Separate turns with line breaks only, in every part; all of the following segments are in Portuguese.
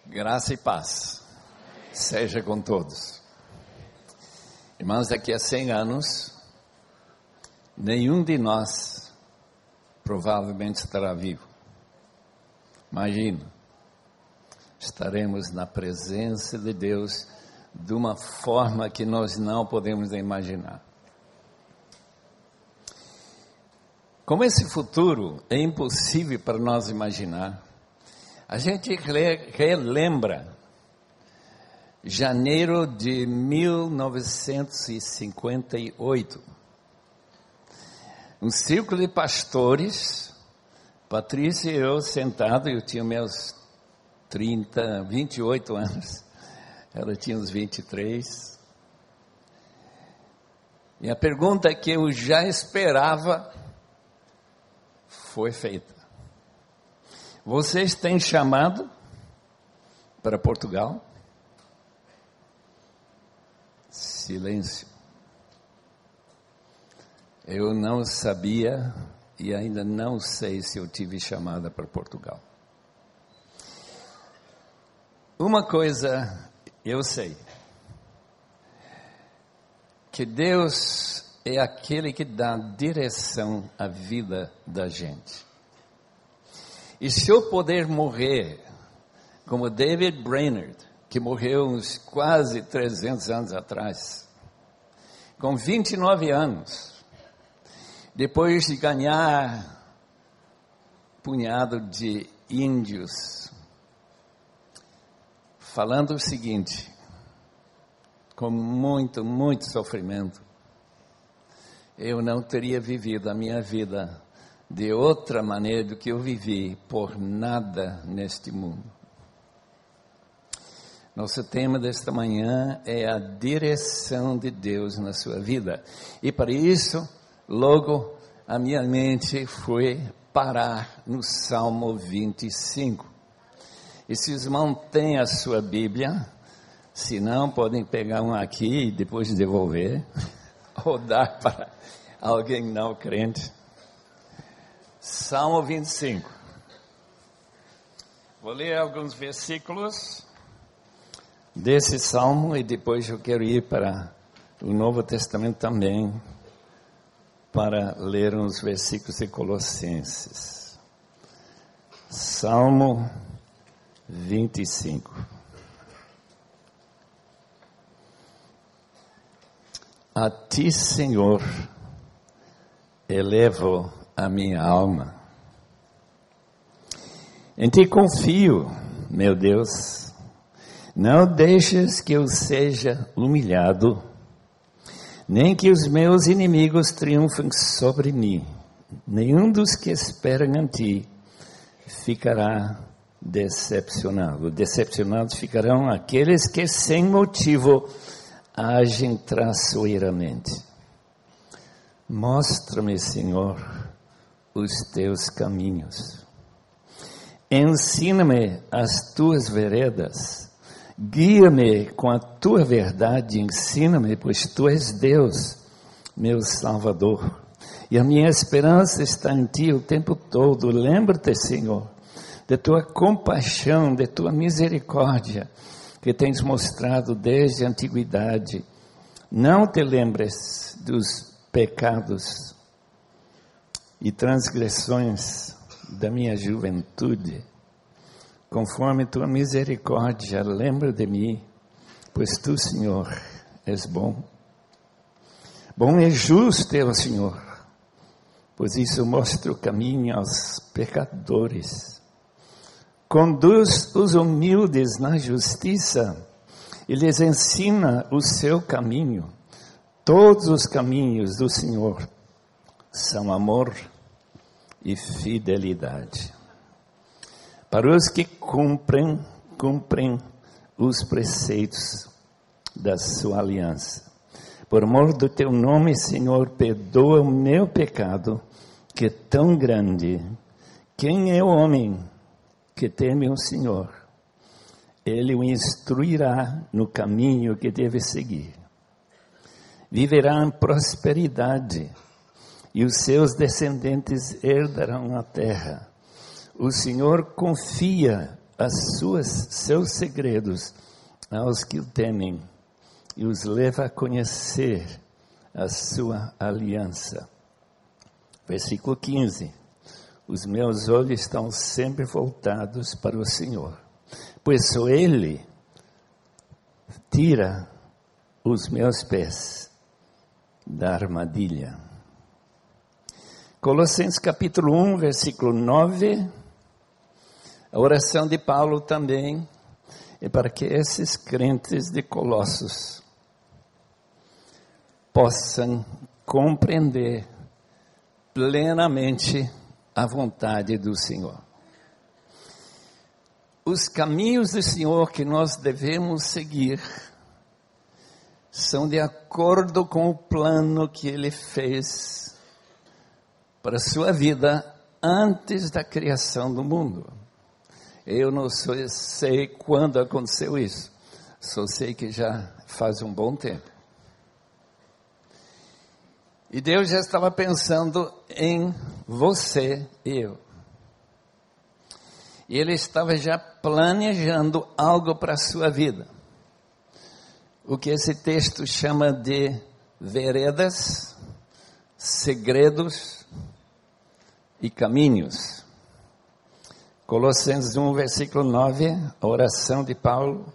Graça e paz seja com todos. Irmãos, daqui a 100 anos, nenhum de nós provavelmente estará vivo. Imagina, estaremos na presença de Deus de uma forma que nós não podemos imaginar. Como esse futuro é impossível para nós imaginar, a gente relembra janeiro de 1958. Um círculo de pastores, Patrícia e eu sentados, eu tinha meus 28 anos, ela tinha uns 23. E a pergunta que eu já esperava foi feita. Vocês têm chamado para Portugal? Silêncio. Eu não sabia e ainda não sei se eu tive chamada para Portugal. Uma coisa eu sei, que Deus é aquele que dá direção à vida da gente. E se eu puder morrer, como David Brainerd, que morreu uns quase 300 anos atrás, com 29 anos, depois de ganhar um punhado de índios, falando o seguinte, com muito sofrimento, eu não teria vivido a minha vida de outra maneira do que eu vivi, por nada neste mundo. Nosso tema desta manhã é a direção de Deus na sua vida. E para isso, logo a minha mente foi parar no Salmo 25. E se os irmãos têm a sua Bíblia, se não, podem pegar uma aqui e depois devolver, ou dar para alguém não crente. Salmo 25. Vou ler alguns versículos desse salmo e depois eu quero ir para o Novo Testamento também para ler uns versículos de Colossenses. Salmo 25. A ti, Senhor, elevo a minha alma. Em ti confio, meu Deus. Não deixes que eu seja humilhado, nem que os meus inimigos triunfem sobre mim. Nenhum dos que esperam em ti ficará decepcionado. Decepcionados ficarão aqueles que sem motivo agem traiçoeiramente. Mostra-me, Senhor, os teus caminhos. Ensina-me as tuas veredas. Guia-me com a tua verdade. Ensina-me, pois tu és Deus, meu Salvador. E a minha esperança está em ti o tempo todo. Lembra-te, Senhor, de tua compaixão, de tua misericórdia, que tens mostrado desde a antiguidade. Não te lembres dos pecados e transgressões da minha juventude. Conforme tua misericórdia, lembra de mim, pois tu, Senhor, és bom. Bom e justo é o Senhor, pois isso mostra o caminho aos pecadores. Conduz os humildes na justiça e lhes ensina o seu caminho. Todos os caminhos do Senhor são amor e fidelidade. Para os que cumprem os preceitos da sua aliança. Por amor do teu nome, Senhor, perdoa o meu pecado, que é tão grande. Quem é o homem que teme o Senhor? Ele o instruirá no caminho que deve seguir. Viverá em prosperidade, e os seus descendentes herdarão a terra. O Senhor confia seus segredos aos que o temem e os leva a conhecer a sua aliança. Versículo 15. Os meus olhos estão sempre voltados para o Senhor, pois só Ele tira os meus pés da armadilha. Colossenses capítulo 1, versículo 9, a oração de Paulo também é para que esses crentes de Colossos possam compreender plenamente a vontade do Senhor. Os caminhos do Senhor que nós devemos seguir são de acordo com o plano que Ele fez para a sua vida antes da criação do mundo. Eu não sei quando aconteceu isso, só sei que já faz um bom tempo. E Deus já estava pensando em você e eu. E Ele estava já planejando algo para a sua vida. O que esse texto chama de veredas, segredos e caminhos. Colossenses 1, versículo 9, a oração de Paulo.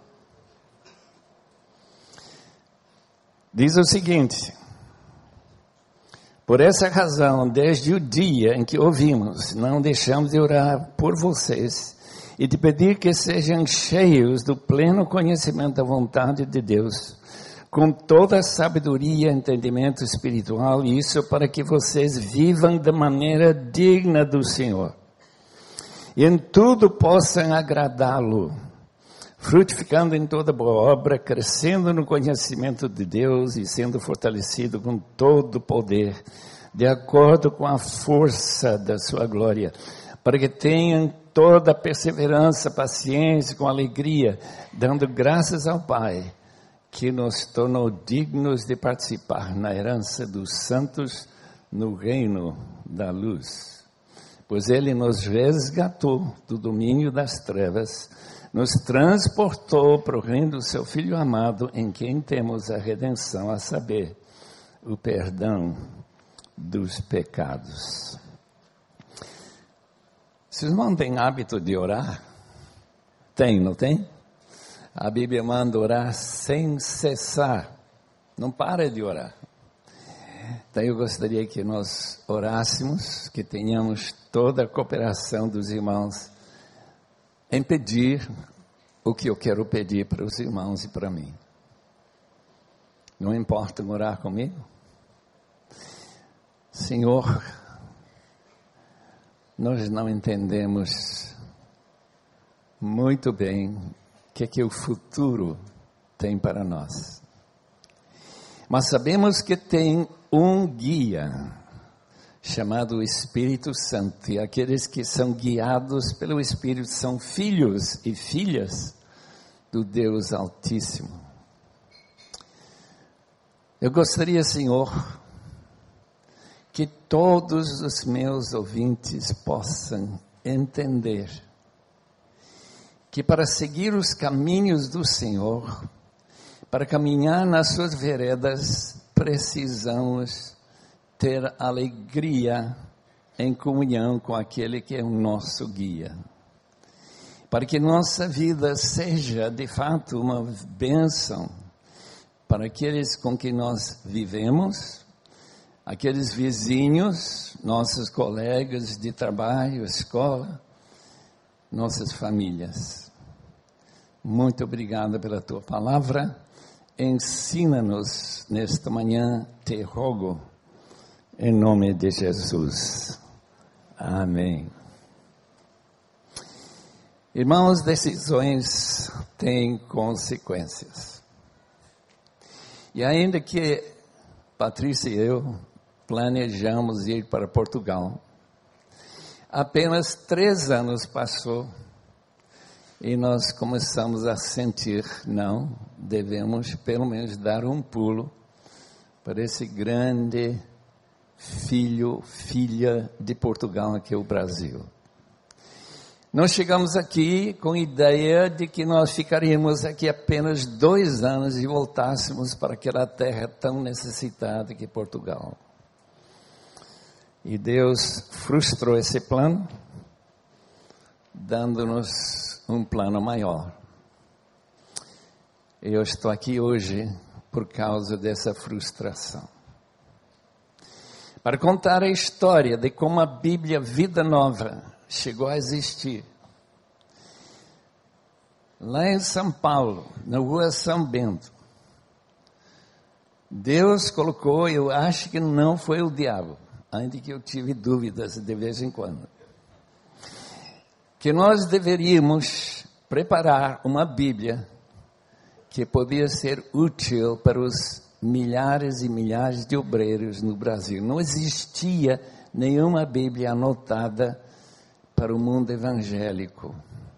Diz o seguinte: por essa razão, desde o dia em que ouvimos, não deixamos de orar por vocês e de pedir que sejam cheios do pleno conhecimento da vontade de Deus, com toda a sabedoria e entendimento espiritual, e isso para que vocês vivam de maneira digna do Senhor, e em tudo possam agradá-lo, frutificando em toda boa obra, crescendo no conhecimento de Deus e sendo fortalecido com todo o poder, de acordo com a força da sua glória, para que tenham toda a perseverança, paciência, com alegria, dando graças ao Pai, que nos tornou dignos de participar na herança dos santos no reino da luz. Pois Ele nos resgatou do domínio das trevas, nos transportou para o reino do seu Filho amado, em quem temos a redenção, a saber, o perdão dos pecados. Vocês não têm hábito de orar? Tem, não tem? A Bíblia manda orar sem cessar. Não para de orar. Então eu gostaria que nós orássemos, que tenhamos toda a cooperação dos irmãos em pedir o que eu quero pedir para os irmãos e para mim. Não importa orar comigo? Senhor, nós não entendemos muito bem o que o futuro tem para nós. Mas sabemos que tem um guia chamado Espírito Santo, e aqueles que são guiados pelo Espírito são filhos e filhas do Deus Altíssimo. Eu gostaria, Senhor, que todos os meus ouvintes possam entender que para seguir os caminhos do Senhor, para caminhar nas suas veredas, precisamos ter alegria em comunhão com aquele que é o nosso guia. Para que nossa vida seja, de fato, uma bênção para aqueles com que nós vivemos, aqueles vizinhos, nossos colegas de trabalho, escola, nossas famílias. Muito obrigado pela tua palavra. Ensina-nos nesta manhã, te rogo, em nome de Jesus. Amém. Irmãos, decisões têm consequências. E ainda que Patrícia e eu planejamos ir para Portugal, apenas 3 anos passou e nós começamos a sentir, não, devemos pelo menos dar um pulo para esse grande filha de Portugal, que é o Brasil. Nós chegamos aqui com a ideia de que nós ficaríamos aqui apenas 2 anos e voltássemos para aquela terra tão necessitada que é Portugal. E Deus frustrou esse plano, dando-nos um plano maior. Eu estou aqui hoje por causa dessa frustração. Para contar a história de como a Bíblia Vida Nova chegou a existir. Lá em São Paulo, na rua São Bento, Deus colocou, eu acho que não foi o diabo, ainda que eu tive dúvidas de vez em quando, que nós deveríamos preparar uma Bíblia que podia ser útil para os milhares e milhares de obreiros no Brasil. Não existia nenhuma Bíblia anotada para o mundo evangélico.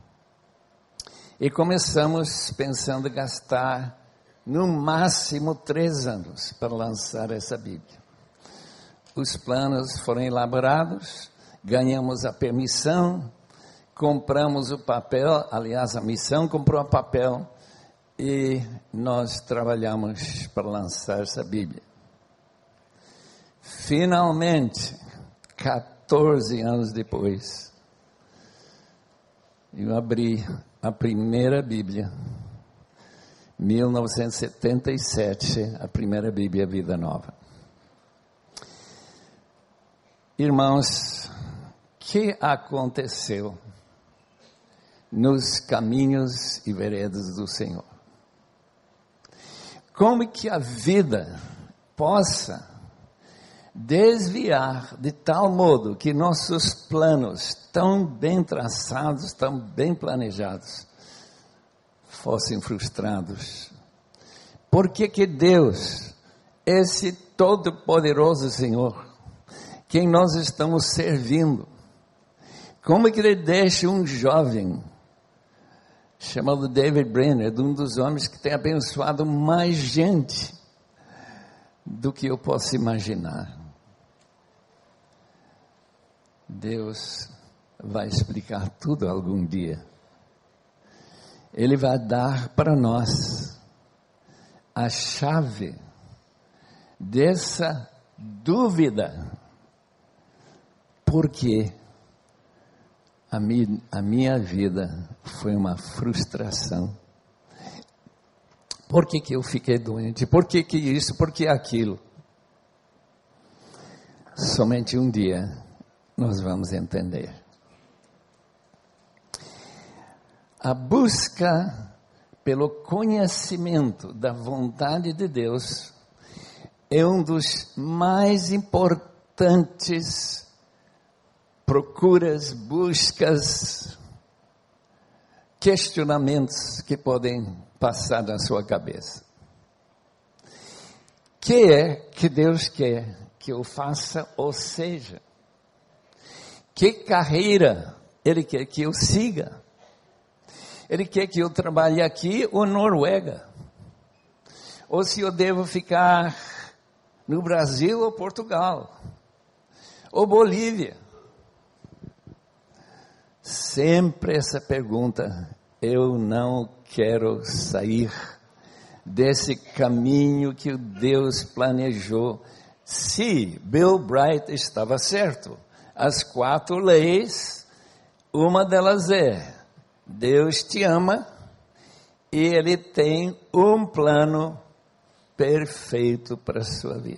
E começamos pensando em gastar no máximo 3 anos para lançar essa Bíblia. Os planos foram elaborados, ganhamos a permissão, compramos o papel, aliás, a missão comprou o papel e nós trabalhamos para lançar essa Bíblia. Finalmente, 14 anos depois, eu abri a primeira Bíblia, 1977, a primeira Bíblia Vida Nova. Irmãos, o que aconteceu nos caminhos e veredas do Senhor? Como que a vida possa desviar de tal modo que nossos planos, tão bem traçados, tão bem planejados, fossem frustrados? Por que Deus, esse todo-poderoso Senhor, quem nós estamos servindo, como que Ele deixa um jovem chamado David Brenner, um dos homens que tem abençoado mais gente do que eu posso imaginar? Deus vai explicar tudo algum dia. Ele vai dar para nós a chave dessa dúvida. Porque a minha vida foi uma frustração. Por que eu fiquei doente? Por que isso? Por que aquilo? Somente um dia nós vamos entender. A busca pelo conhecimento da vontade de Deus é um dos mais importantes procuras, buscas, questionamentos que podem passar na sua cabeça. Que é que Deus quer que eu faça ou seja? Que carreira Ele quer que eu siga? Ele quer que eu trabalhe aqui ou Noruega? Ou se eu devo ficar no Brasil ou Portugal? Ou Bolívia? Sempre essa pergunta. Eu não quero sair desse caminho que Deus planejou. Se Bill Bright estava certo, as 4 leis, uma delas é: Deus te ama e Ele tem um plano perfeito para a sua vida.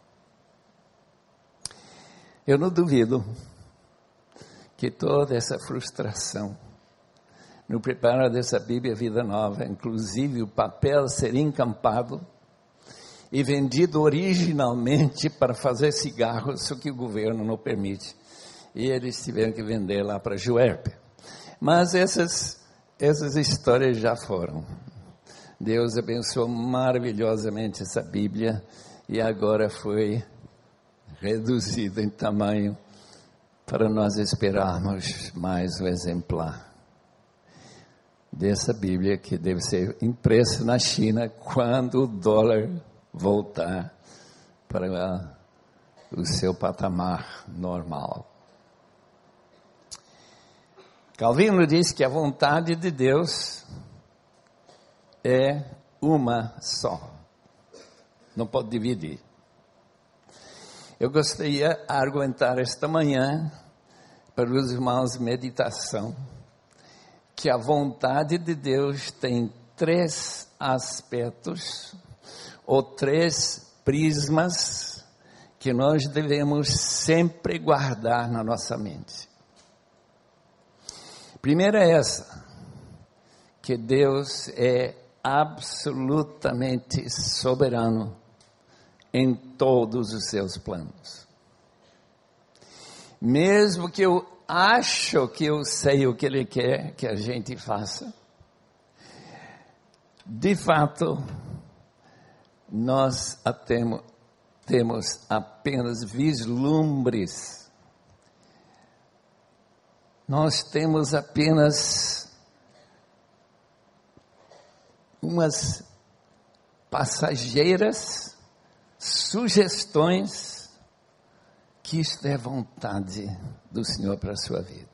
Eu não duvido que toda essa frustração no preparo dessa Bíblia Vida Nova, inclusive o papel ser encampado e vendido originalmente para fazer cigarros, o que o governo não permite, e eles tiveram que vender lá para Juerp. Mas essas histórias já foram. Deus abençoou maravilhosamente essa Bíblia e agora foi reduzida em tamanho para nós esperarmos mais um exemplar dessa Bíblia que deve ser impressa na China quando o dólar voltar para o seu patamar normal. Calvino diz que a vontade de Deus é uma só. Não pode dividir. Eu gostaria de argumentar esta manhã para os irmãos meditação que a vontade de Deus tem 3 aspectos ou 3 prismas que nós devemos sempre guardar na nossa mente. Primeira é essa, que Deus é absolutamente soberano em todos os seus planos. Mesmo que eu acho que eu sei o que Ele quer que a gente faça, de fato, nós temos apenas vislumbres. Nós temos apenas umas passageiras sugestões que isto é vontade do Senhor para a sua vida.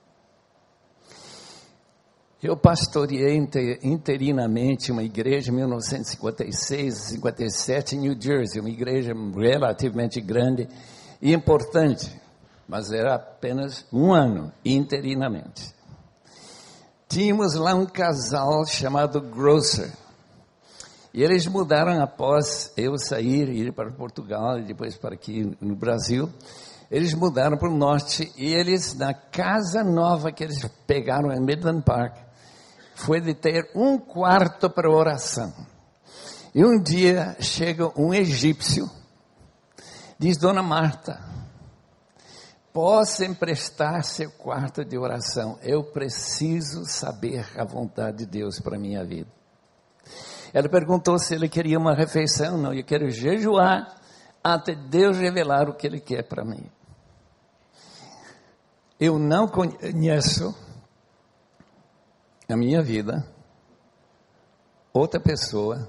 Eu pastoreei interinamente uma igreja em 1956, 57 em New Jersey, uma igreja relativamente grande e importante, mas era apenas um ano, interinamente. Tínhamos lá um casal chamado Grosser, e eles mudaram após eu ir para Portugal e depois para aqui no Brasil. Eles mudaram para o norte e eles, na casa nova que eles pegaram em Midland Park, foi de ter um quarto para oração. E um dia chega um egípcio, diz: Dona Marta, posso emprestar seu quarto de oração? Eu preciso saber a vontade de Deus para a minha vida. Ela perguntou se ele queria uma refeição. Não, eu quero jejuar até Deus revelar o que Ele quer para mim. Eu não conheço na minha vida outra pessoa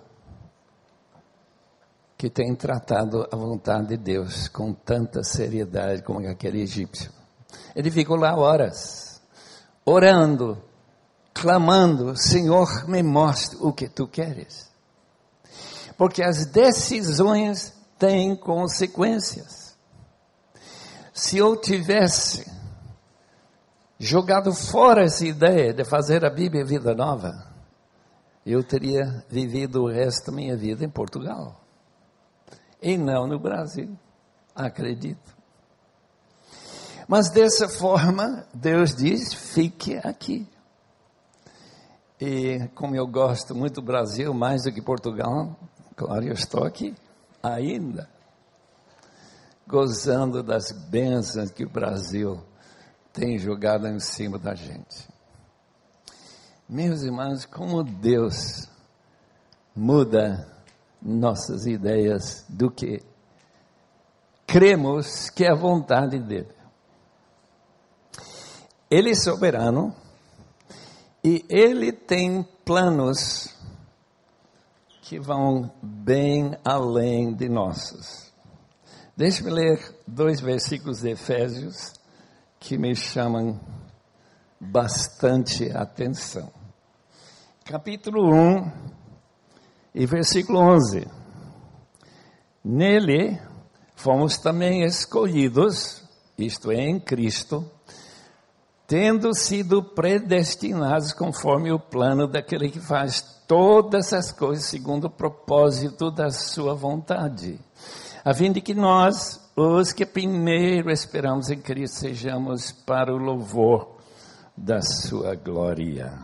que tem tratado a vontade de Deus com tanta seriedade como aquele egípcio. Ele ficou lá horas, orando, clamando: Senhor, me mostre o que Tu queres. Porque as decisões têm consequências. Se eu tivesse jogado fora essa ideia de fazer a Bíblia Vida Nova, eu teria vivido o resto da minha vida em Portugal. E não no Brasil, acredito. Mas dessa forma, Deus diz: fique aqui. E como eu gosto muito do Brasil, mais do que Portugal, claro, eu estou aqui ainda, gozando das bênçãos que o Brasil tem jogado em cima da gente. Meus irmãos, como Deus muda nossas ideias do que cremos que é a vontade dele. Ele é soberano e Ele tem planos que vão bem além de nossos. Deixe-me ler 2 versículos de Efésios que me chamam bastante atenção. Capítulo 1 e versículo 11. Nele fomos também escolhidos, isto é, em Cristo, tendo sido predestinados conforme o plano daquele que faz todas as coisas segundo o propósito da sua vontade, a fim de que nós, os que primeiro esperamos em Cristo, sejamos para o louvor da sua glória.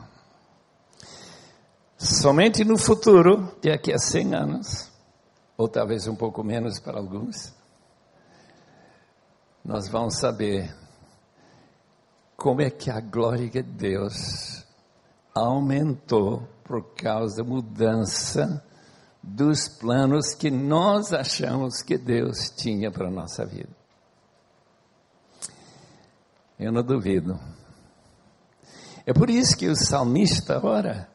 Somente no futuro, daqui a 100 anos, ou talvez um pouco menos para alguns, nós vamos saber como é que a glória de Deus aumentou por causa da mudança dos planos que nós achamos que Deus tinha para a nossa vida. Eu não duvido. É por isso que o salmista ora: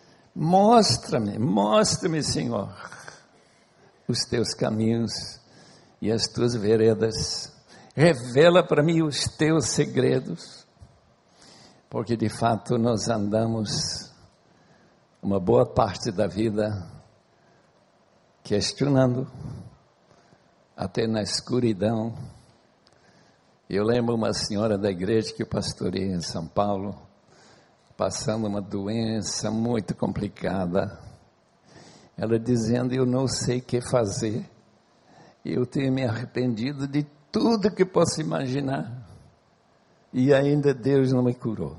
mostra-me, Senhor, os teus caminhos e as tuas veredas. Revela para mim os teus segredos. porque de fato nós andamos uma boa parte da vida questionando, até na escuridão. Eu lembro uma senhora da igreja que eu pastorei em São Paulo, passando uma doença muito complicada. Ela dizendo: eu não sei o que fazer, eu tenho me arrependido de tudo que posso imaginar, e ainda Deus não me curou.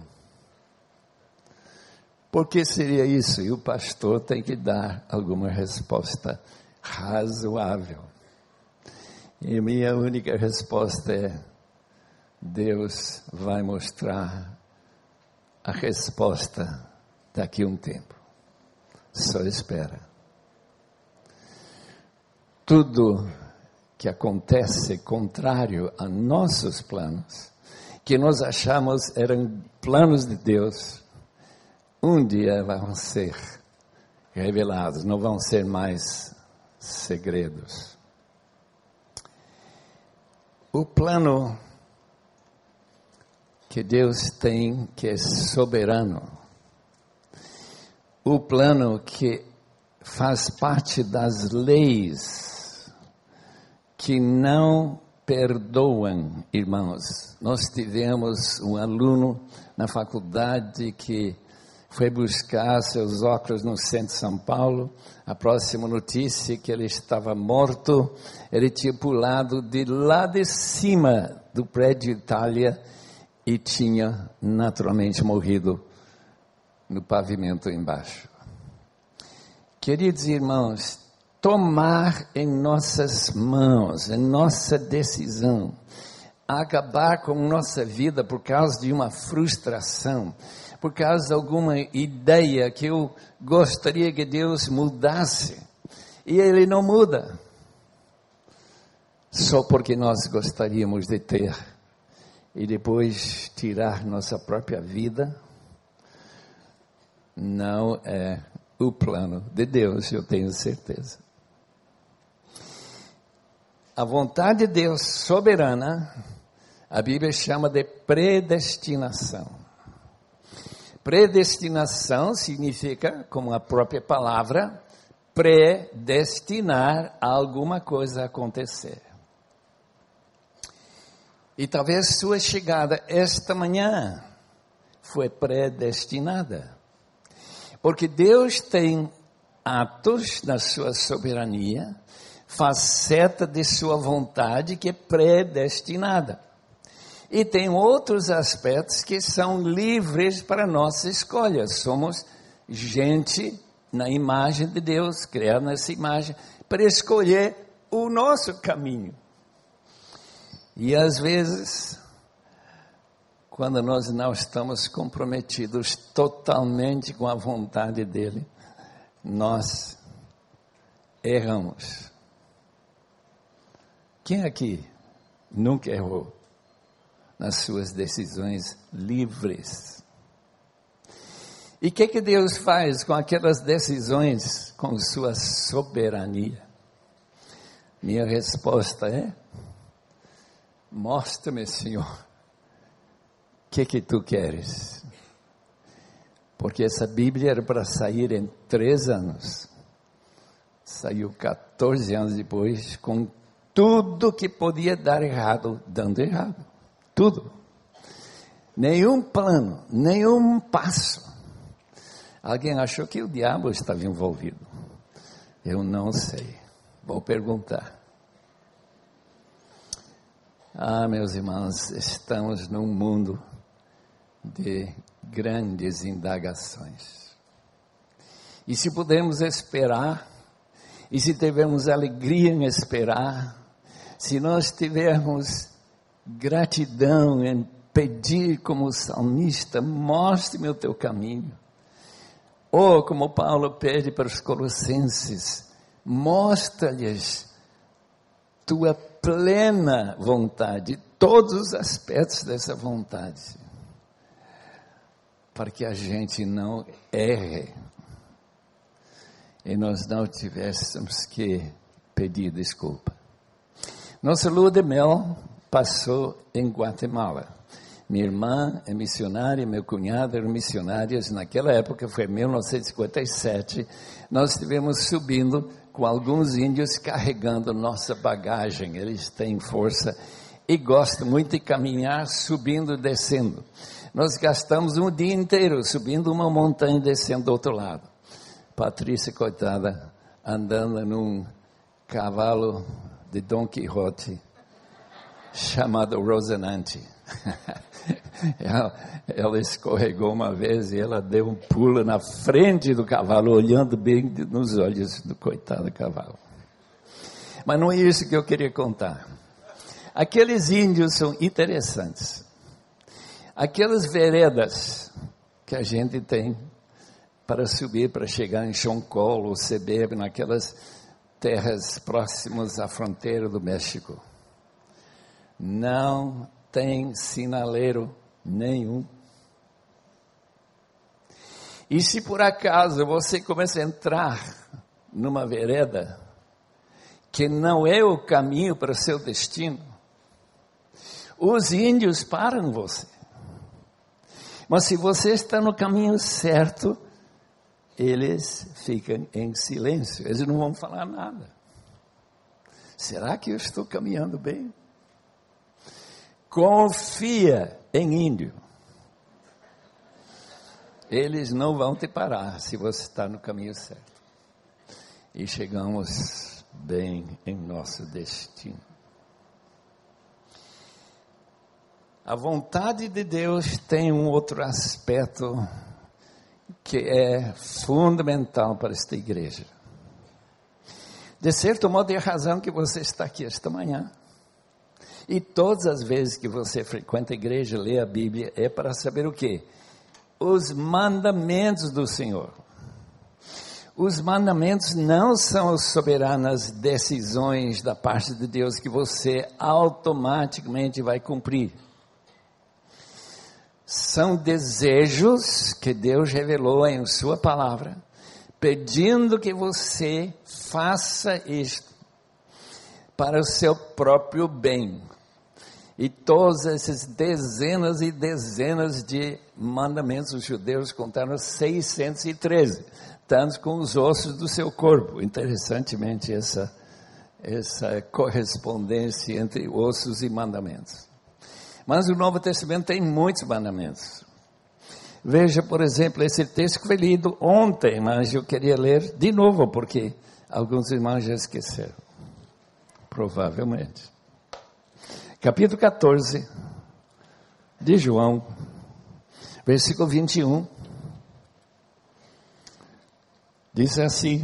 Por que seria isso? E o pastor tem que dar alguma resposta razoável. E a minha única resposta é: Deus vai mostrar a resposta daqui a um tempo. Só espera. Tudo que acontece contrário a nossos planos, que nós achamos eram planos de Deus, um dia vão ser revelados, não vão ser mais segredos. O plano que Deus tem, que é soberano, o plano que faz parte das leis que não perdoam, irmãos. Nós tivemos um aluno na faculdade que foi buscar seus óculos no centro de São Paulo. A próxima notícia que ele estava morto. Ele tinha pulado de lá de cima do prédio Itália e tinha naturalmente morrido no pavimento embaixo. Queridos irmãos, tomar em nossas mãos, em nossa decisão, acabar com nossa vida por causa de uma frustração, por causa de alguma ideia que eu gostaria que Deus mudasse, e Ele não muda, só porque nós gostaríamos de ter, e depois tirar nossa própria vida, não é o plano de Deus, eu tenho certeza. A vontade de Deus soberana, a Bíblia chama de predestinação. Predestinação significa, como a própria palavra, predestinar alguma coisa a acontecer. E talvez sua chegada esta manhã foi predestinada. Porque Deus tem atos na sua soberania, faceta de sua vontade que é predestinada. E tem outros aspectos que são livres para nossa escolha. Somos gente na imagem de Deus, criada nessa imagem, para escolher o nosso caminho. E às vezes, quando nós não estamos comprometidos totalmente com a vontade dele, nós erramos. Quem aqui nunca errou nas suas decisões livres? E o que Deus faz com aquelas decisões, com sua soberania? Minha resposta é: mostra-me, Senhor, o que tu queres? Porque essa Bíblia era para sair em 3 anos. Saiu 14 anos depois, com tudo que podia dar errado, dando errado. Tudo. Nenhum plano, nenhum passo. Alguém achou que o diabo estava envolvido. Eu não sei. Vou perguntar. Meus irmãos, estamos num mundo de grandes indagações. E se pudermos esperar, e se tivermos alegria em esperar, se nós tivermos gratidão em pedir como o salmista, mostre-me o teu caminho. Ou como Paulo pede para os colossenses, mostra-lhes tua plena vontade, todos os aspectos dessa vontade, para que a gente não erre e nós não tivéssemos que pedir desculpa. Nossa lua de mel passou em Guatemala. Minha irmã é missionária, meu cunhado eram missionários. Naquela época, foi 1957, nós estivemos subindo com alguns índios carregando nossa bagagem. Eles têm força e gostam muito de caminhar subindo e descendo. Nós gastamos um dia inteiro subindo uma montanha e descendo do outro lado. Patrícia, coitada, andando num cavalo de Dom Quixote, chamado Rosinante. Ela escorregou uma vez e ela deu um pulo na frente do cavalo, olhando bem nos olhos do coitado cavalo. Mas não é isso que eu queria contar. Aqueles índios são interessantes. Aquelas veredas que a gente tem para subir, para chegar em Xoncol ou Sebebe, naquelas terras próximas à fronteira do México, não tem sinaleiro nenhum. E se por acaso você começa a entrar numa vereda que não é o caminho para o seu destino, os índios param você. Mas se você está no caminho certo, eles ficam em silêncio, eles não vão falar nada. Será que eu estou caminhando bem? Confia em índio. Eles não vão te parar se você está no caminho certo. E chegamos bem em nosso destino. A vontade de Deus tem um outro aspecto que é fundamental para esta igreja. De certo modo, é a razão que você está aqui esta manhã. E todas as vezes que você frequenta a igreja, lê a Bíblia, é para saber o quê? Os mandamentos do Senhor. Os mandamentos não são as soberanas decisões da parte de Deus que você automaticamente vai cumprir. São desejos que Deus revelou em sua palavra, pedindo que você faça isto para o seu próprio bem. E todas essas dezenas e dezenas de mandamentos, os judeus contaram 613, tantos com os ossos do seu corpo. Interessantemente, essa correspondência entre ossos e mandamentos. Mas o Novo Testamento tem muitos mandamentos. Veja, por exemplo, esse texto que foi lido ontem, mas eu queria ler de novo, porque alguns irmãos já esqueceram. Provavelmente. Capítulo 14 de João, versículo 21. Diz assim,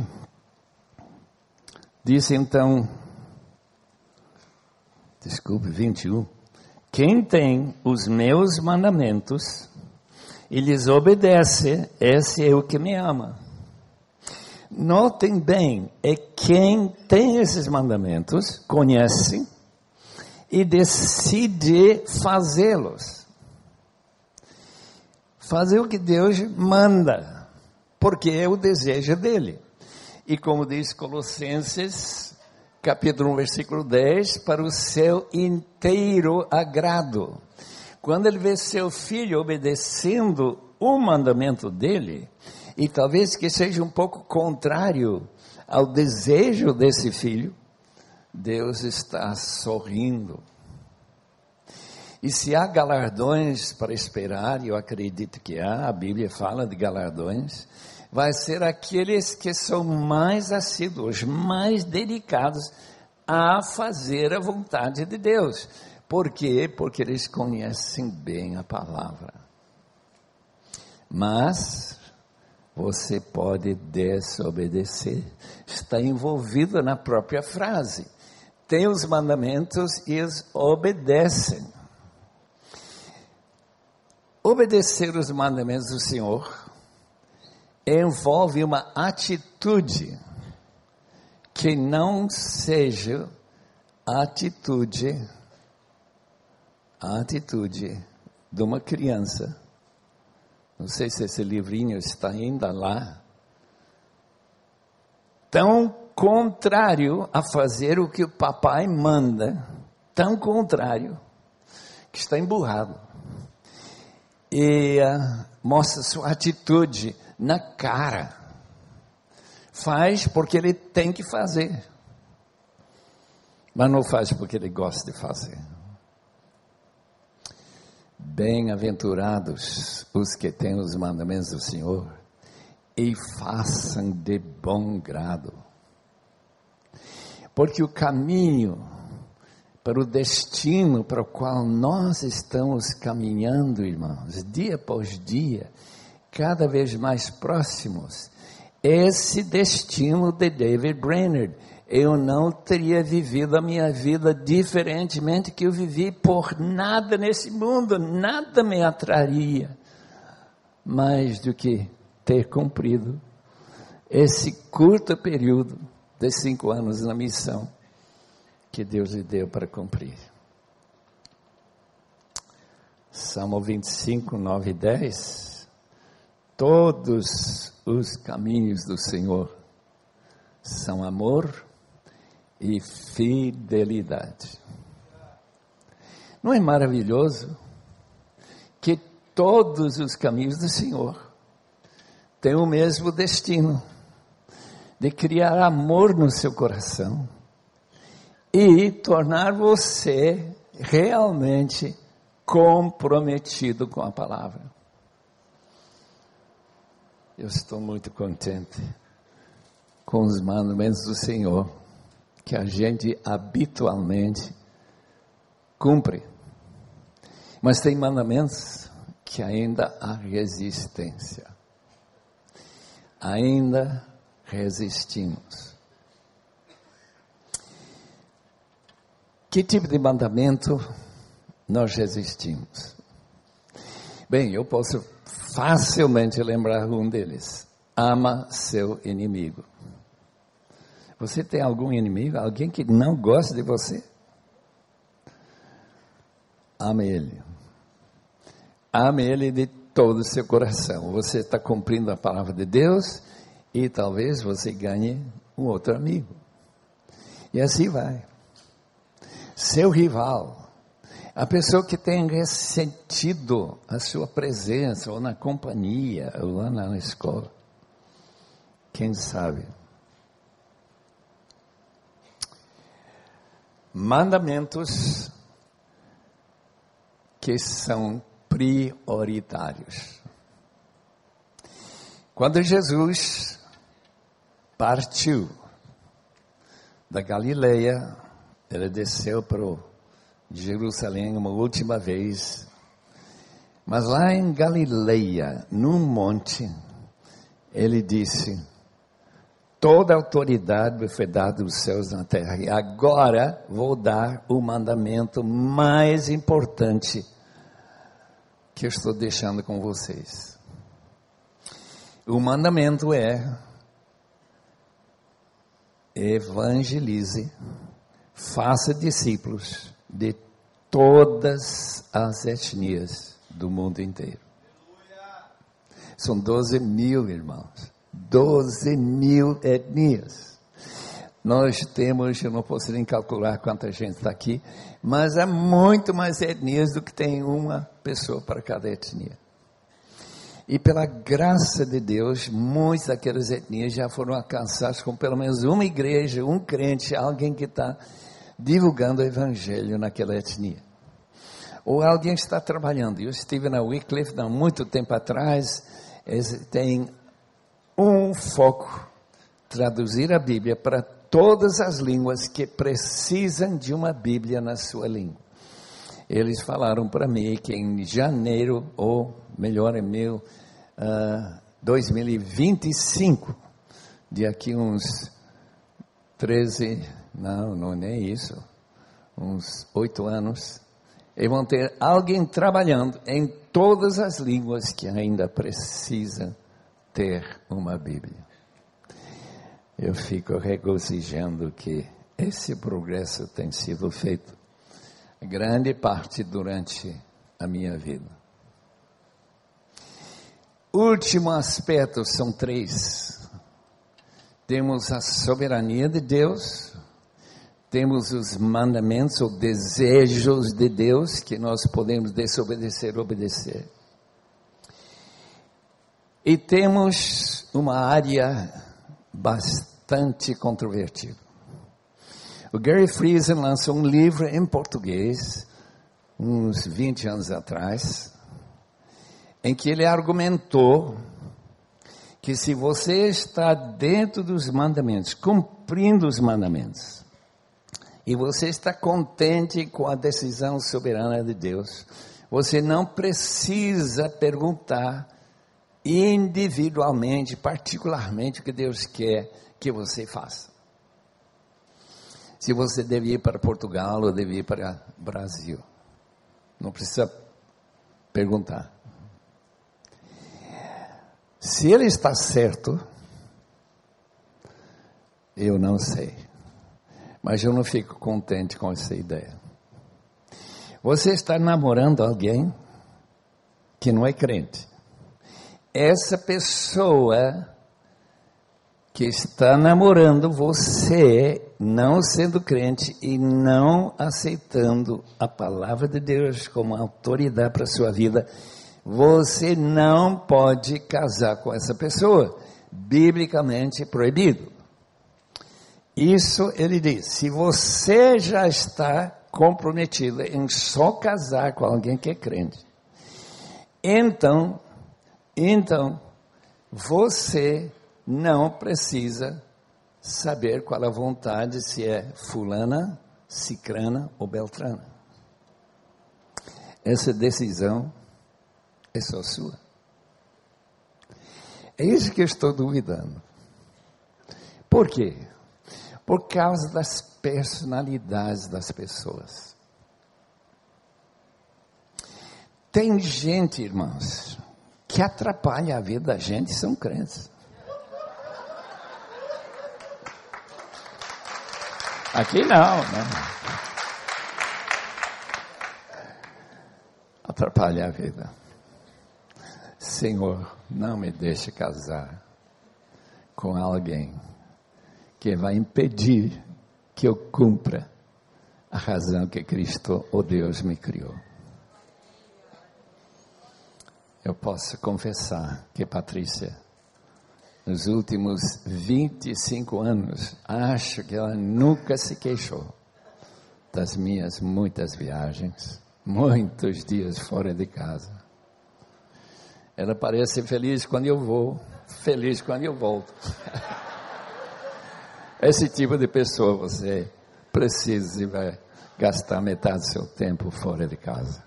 diz então, 21. Quem tem os meus mandamentos e lhes obedece, esse é o que me ama. Notem bem, é quem tem esses mandamentos, conhece e decide fazê-los. Fazer o que Deus manda, porque é o desejo dele. E como diz Colossenses, capítulo 1, versículo 10, para o seu inteiro agrado. Quando ele vê seu filho obedecendo o mandamento dele, e talvez que seja um pouco contrário ao desejo desse filho, Deus está sorrindo. E se há galardões para esperar, e eu acredito que há, a Bíblia fala de galardões, vai ser aqueles que são mais assíduos, mais dedicados a fazer a vontade de Deus. Por quê? Porque eles conhecem bem a palavra. Mas você pode desobedecer. Está envolvido na própria frase. Tem os mandamentos e eles obedecem. Obedecer os mandamentos do Senhor envolve uma atitude que não seja a atitude de uma criança. Não sei se esse livrinho está ainda lá. Tão contrário a fazer o que o papai manda, tão contrário, que está emburrado. e mostra sua atitude na cara. Faz porque ele tem que fazer, mas não faz porque ele gosta de fazer. Bem-aventurados os que têm os mandamentos do Senhor e façam de bom grado. Porque o caminho para o destino para o qual nós estamos caminhando, irmãos, dia após dia, cada vez mais próximos, esse destino de David Brainerd. Eu não teria vivido a minha vida diferentemente que eu vivi por nada nesse mundo, nada me atraria mais do que ter cumprido esse curto período de 5 anos na missão que Deus lhe deu para cumprir. Salmo 25, 9 e 10. Todos os caminhos do Senhor são amor e fidelidade. Não é maravilhoso que todos os caminhos do Senhor têm o mesmo destino de criar amor no seu coração e tornar você realmente comprometido com a palavra? Eu estou muito contente com os mandamentos do Senhor, que a gente habitualmente cumpre. Mas tem mandamentos que ainda há resistência. Ainda resistimos. Que tipo de mandamento nós resistimos? Bem, eu posso facilmente lembrar um deles. Ama seu inimigo. Você tem algum inimigo? Alguém que não gosta de você? Ame ele. Ame ele de todo o seu coração. Você está cumprindo a palavra de Deus e talvez você ganhe um outro amigo. E assim vai. Seu rival, a pessoa que tem ressentido a sua presença, ou na companhia, ou lá na escola. Quem sabe? Mandamentos que são prioritários. Quando Jesus partiu da Galileia, ele desceu para Jerusalém uma última vez, mas lá em Galileia, num monte, ele disse: toda a autoridade me foi dada dos céus e na terra, e agora vou dar o mandamento mais importante que eu estou deixando com vocês. O mandamento é: evangelize, faça discípulos de todas as etnias do mundo inteiro. São 12 mil, irmãos. 12 mil etnias. Nós temos, eu não posso nem calcular quanta gente está aqui, mas há muito mais etnias do que tem uma pessoa para cada etnia. E pela graça de Deus, muitas daquelas etnias já foram alcançadas com pelo menos uma igreja, um crente, alguém que está divulgando o evangelho naquela etnia. Ou alguém está trabalhando. Eu estive na Wycliffe há muito tempo atrás, tem um foco: traduzir a Bíblia para todas as línguas que precisam de uma Bíblia na sua língua. Eles falaram para mim que em janeiro, ou melhor, em 2025, de aqui uns 13, não é nem isso, uns 8 anos, eles vão ter alguém trabalhando em todas as línguas que ainda precisam ter uma Bíblia. Eu fico regozijando que esse progresso tem sido feito grande parte durante a minha vida. Último aspecto, são 3. Temos a soberania de Deus, temos os mandamentos ou desejos de Deus que nós podemos desobedecer ou obedecer. E temos uma área bastante controvertida. O Gary Friesen lançou um livro em português, uns 20 anos atrás, em que ele argumentou que se você está dentro dos mandamentos, cumprindo os mandamentos, e você está contente com a decisão soberana de Deus, você não precisa perguntar individualmente, particularmente, o que Deus quer que você faça. Se você deve ir para Portugal ou deve ir para o Brasil. Não precisa perguntar. Se ele está certo, eu não sei. Mas eu não fico contente com essa ideia. Você está namorando alguém que não é crente. Essa pessoa que está namorando você, não sendo crente e não aceitando a palavra de Deus como autoridade para a sua vida, você não pode casar com essa pessoa. Biblicamente proibido. Isso ele diz. Se você já está comprometido em só casar com alguém que é crente, então você não precisa saber qual a vontade, se é fulana, cicrana ou beltrana. Essa decisão é só sua. É isso que eu estou duvidando. Por quê? Por causa das personalidades das pessoas. Tem gente, irmãos, que atrapalha a vida da gente e são crentes. Aqui não, né? Atrapalha a vida. Senhor, não me deixe casar com alguém que vai impedir que eu cumpra a razão que Cristo, ou Deus, me criou. Eu posso confessar que Patrícia, nos últimos 25 anos, acho que ela nunca se queixou das minhas muitas viagens, muitos dias fora de casa. Ela parece feliz quando eu vou, feliz quando eu volto. Esse tipo de pessoa você precisa e vai gastar metade do seu tempo fora de casa.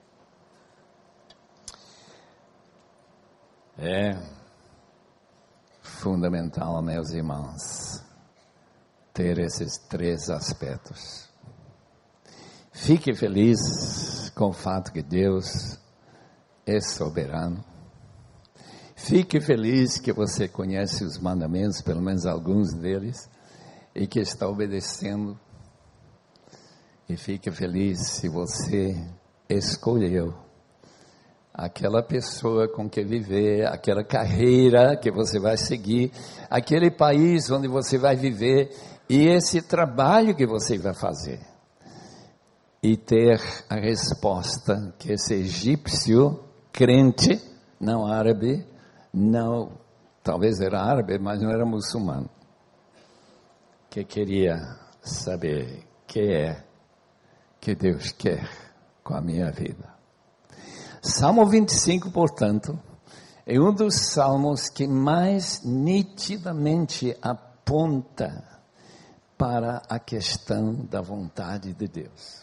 É fundamental, meus irmãos, ter esses 3 aspectos. Fique feliz com o fato que Deus é soberano. Fique feliz que você conhece os mandamentos, pelo menos alguns deles, e que está obedecendo. E fique feliz se você escolheu aquela pessoa com que viver, aquela carreira que você vai seguir, aquele país onde você vai viver e esse trabalho que você vai fazer. E ter a resposta que esse egípcio crente, não árabe, não, talvez era árabe, mas não era muçulmano, que queria saber o que é que Deus quer com a minha vida. Salmo 25, portanto, é um dos salmos que mais nitidamente aponta para a questão da vontade de Deus.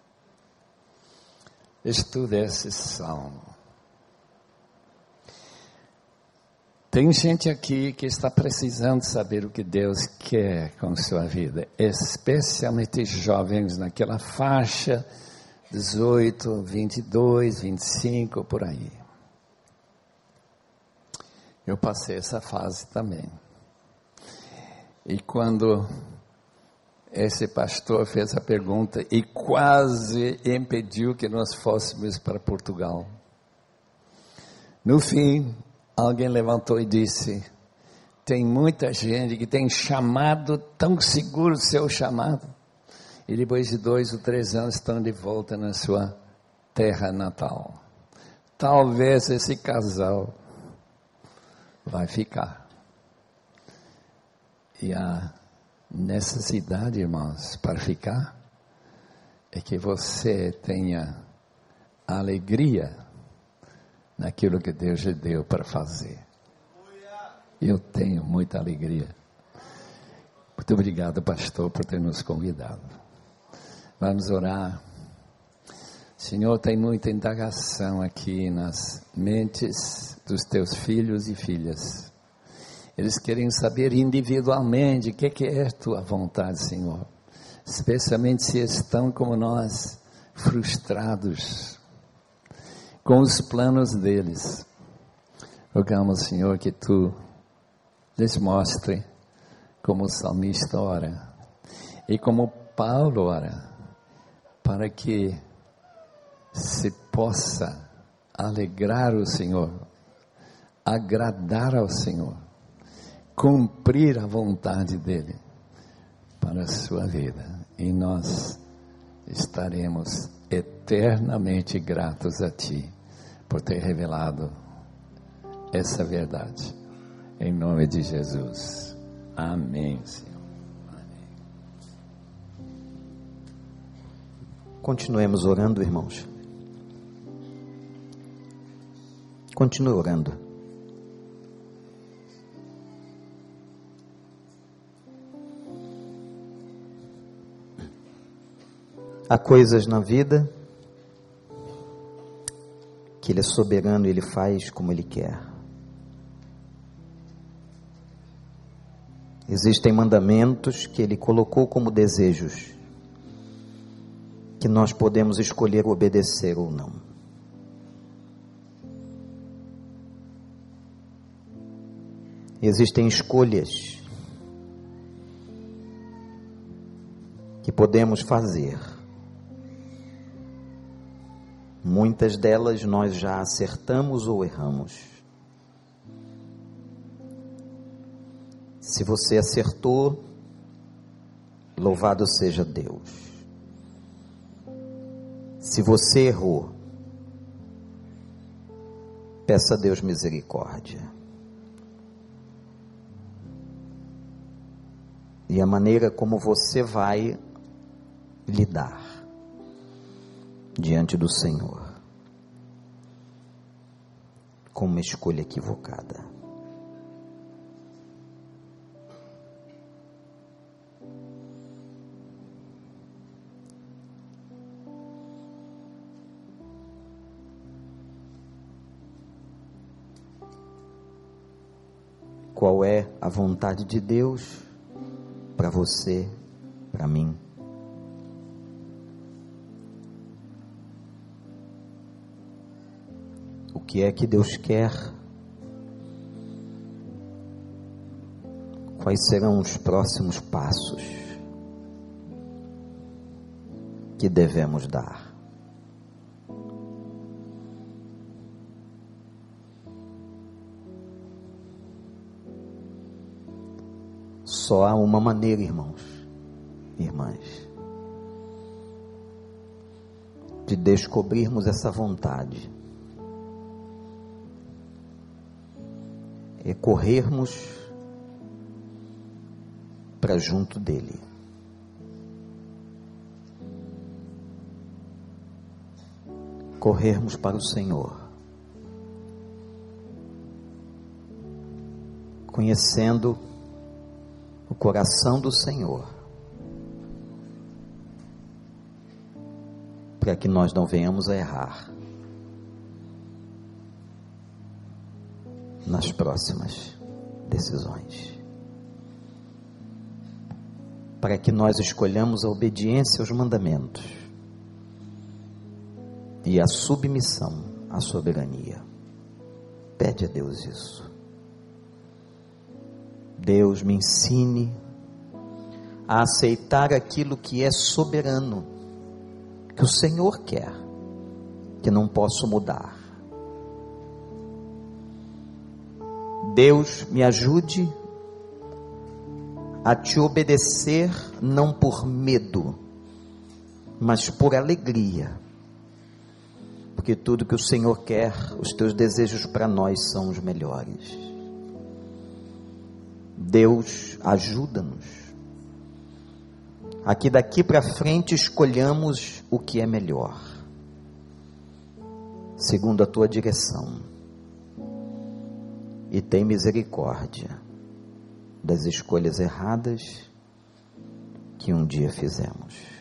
Estude esse salmo. Tem gente aqui que está precisando saber o que Deus quer com sua vida, especialmente jovens naquela faixa 18, 22, 25, por aí. Eu passei essa fase também. E quando esse pastor fez a pergunta e quase impediu que nós fôssemos para Portugal, no fim, alguém levantou e disse: tem muita gente que tem chamado, tão seguro do seu chamado, e depois de 2 ou 3 anos estão de volta na sua terra natal. Talvez esse casal vai ficar. E a necessidade, irmãos, para ficar, é que você tenha alegria naquilo que Deus lhe deu para fazer. Eu tenho muita alegria. Muito obrigado, pastor, por ter nos convidado. Vamos orar. Senhor, tem muita indagação aqui nas mentes dos teus filhos e filhas. Eles querem saber individualmente o que é a tua vontade, Senhor. Especialmente se estão como nós, frustrados com os planos deles. Rogamos, Senhor, que tu lhes mostre como o salmista ora e como Paulo ora, para que se possa alegrar o Senhor, agradar ao Senhor, cumprir a vontade dEle para a sua vida. E nós estaremos eternamente gratos a Ti por ter revelado essa verdade. Em nome de Jesus. Amém, Senhor. Amém.
Continuemos orando, irmãos. Continue orando. Há coisas na vida que Ele é soberano e Ele faz como Ele quer. Existem mandamentos que Ele colocou como desejos, que nós podemos escolher obedecer ou não. Existem escolhas que podemos fazer. Muitas delas nós já acertamos ou erramos. Se você acertou, louvado seja Deus. Se você errou, peça a Deus misericórdia. E a maneira como você vai lidar diante do Senhor com uma escolha equivocada. Qual é a vontade de Deus para você, para mim? O que é que Deus quer? Quais serão os próximos passos que devemos dar? Só há uma maneira, irmãos e irmãs, de descobrirmos essa vontade. É corrermos para junto dEle. Corrermos para o Senhor. Conhecendo o coração do Senhor, para que nós não venhamos a errar nas próximas decisões, para que nós escolhamos a obediência aos mandamentos e a submissão à soberania. Pede a Deus isso. Deus, me ensine a aceitar aquilo que é soberano, que o Senhor quer, que não posso mudar. Deus, me ajude a te obedecer, não por medo, mas por alegria, porque tudo que o Senhor quer, os teus desejos para nós são os melhores. Deus, ajuda-nos a que daqui para frente escolhamos o que é melhor, segundo a tua direção, e tem misericórdia das escolhas erradas que um dia fizemos.